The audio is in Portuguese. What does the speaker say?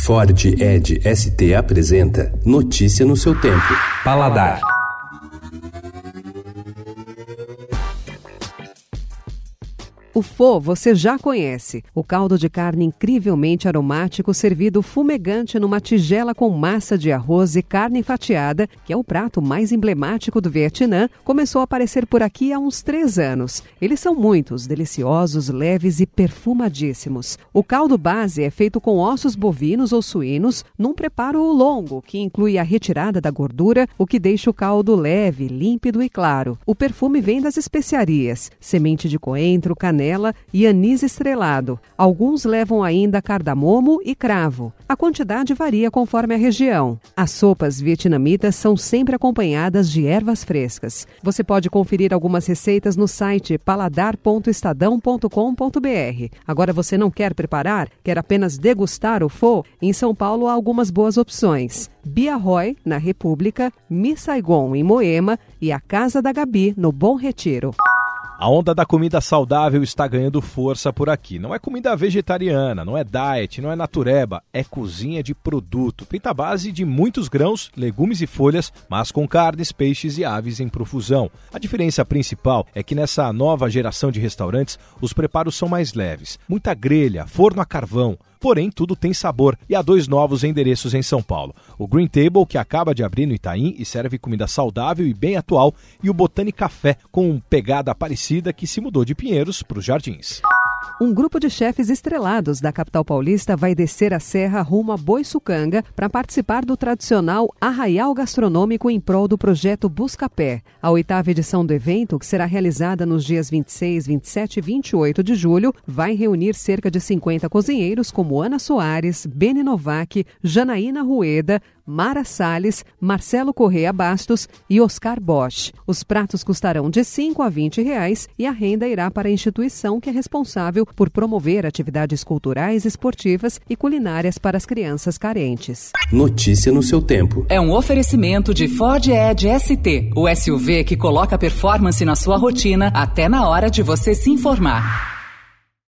Ford Edge ST apresenta Notícia no seu tempo. Paladar. O pho você já conhece, o caldo de carne incrivelmente aromático servido fumegante numa tigela com massa de arroz e carne fatiada, que é o prato mais emblemático do Vietnã, começou a aparecer por aqui há uns 3 anos. Eles são muitos, deliciosos, leves e perfumadíssimos. O caldo base é feito com ossos bovinos ou suínos, num preparo longo, que inclui a retirada da gordura, o que deixa o caldo leve, límpido e claro. O perfume vem das especiarias, semente de coentro, canela e anis estrelado. Alguns levam ainda cardamomo e cravo. A quantidade varia conforme a região. As sopas vietnamitas são sempre acompanhadas de ervas frescas. Você pode conferir algumas receitas no site paladar.estadão.com.br. Agora você não quer preparar? Quer apenas degustar o pho? Em São Paulo há algumas boas opções. Bia Roy, na República, Mi Saigon, em Moema e a Casa da Gabi, no Bom Retiro. A onda da comida saudável está ganhando força por aqui. Não é comida vegetariana, não é diet, não é natureba, é cozinha de produto, feita à base de muitos grãos, legumes e folhas, mas com carnes, peixes e aves em profusão. A diferença principal é que nessa nova geração de restaurantes, os preparos são mais leves. Muita grelha, forno a carvão. Porém, tudo tem sabor e há 2 novos endereços em São Paulo. O Green Table, que acaba de abrir no Itaim e serve comida saudável e bem atual, e o Botânico Café, com pegada parecida, que se mudou de Pinheiros para os Jardins. Um grupo de chefes estrelados da capital paulista vai descer a serra rumo a Boiçucanga para participar do tradicional arraial gastronômico em prol do projeto Buscapé. A 8ª edição do evento, que será realizada nos dias 26, 27 e 28 de julho, vai reunir cerca de 50 cozinheiros como Ana Soares, Beni Novak, Janaína Rueda, Mara Salles, Marcelo Correia Bastos e Oscar Bosch. Os pratos custarão de R$5 a R$20 e a renda irá para a instituição que é responsável por promover atividades culturais, esportivas e culinárias para as crianças carentes. Notícia no seu tempo. É um oferecimento de Ford Edge ST, o SUV que coloca performance na sua rotina até na hora de você se informar.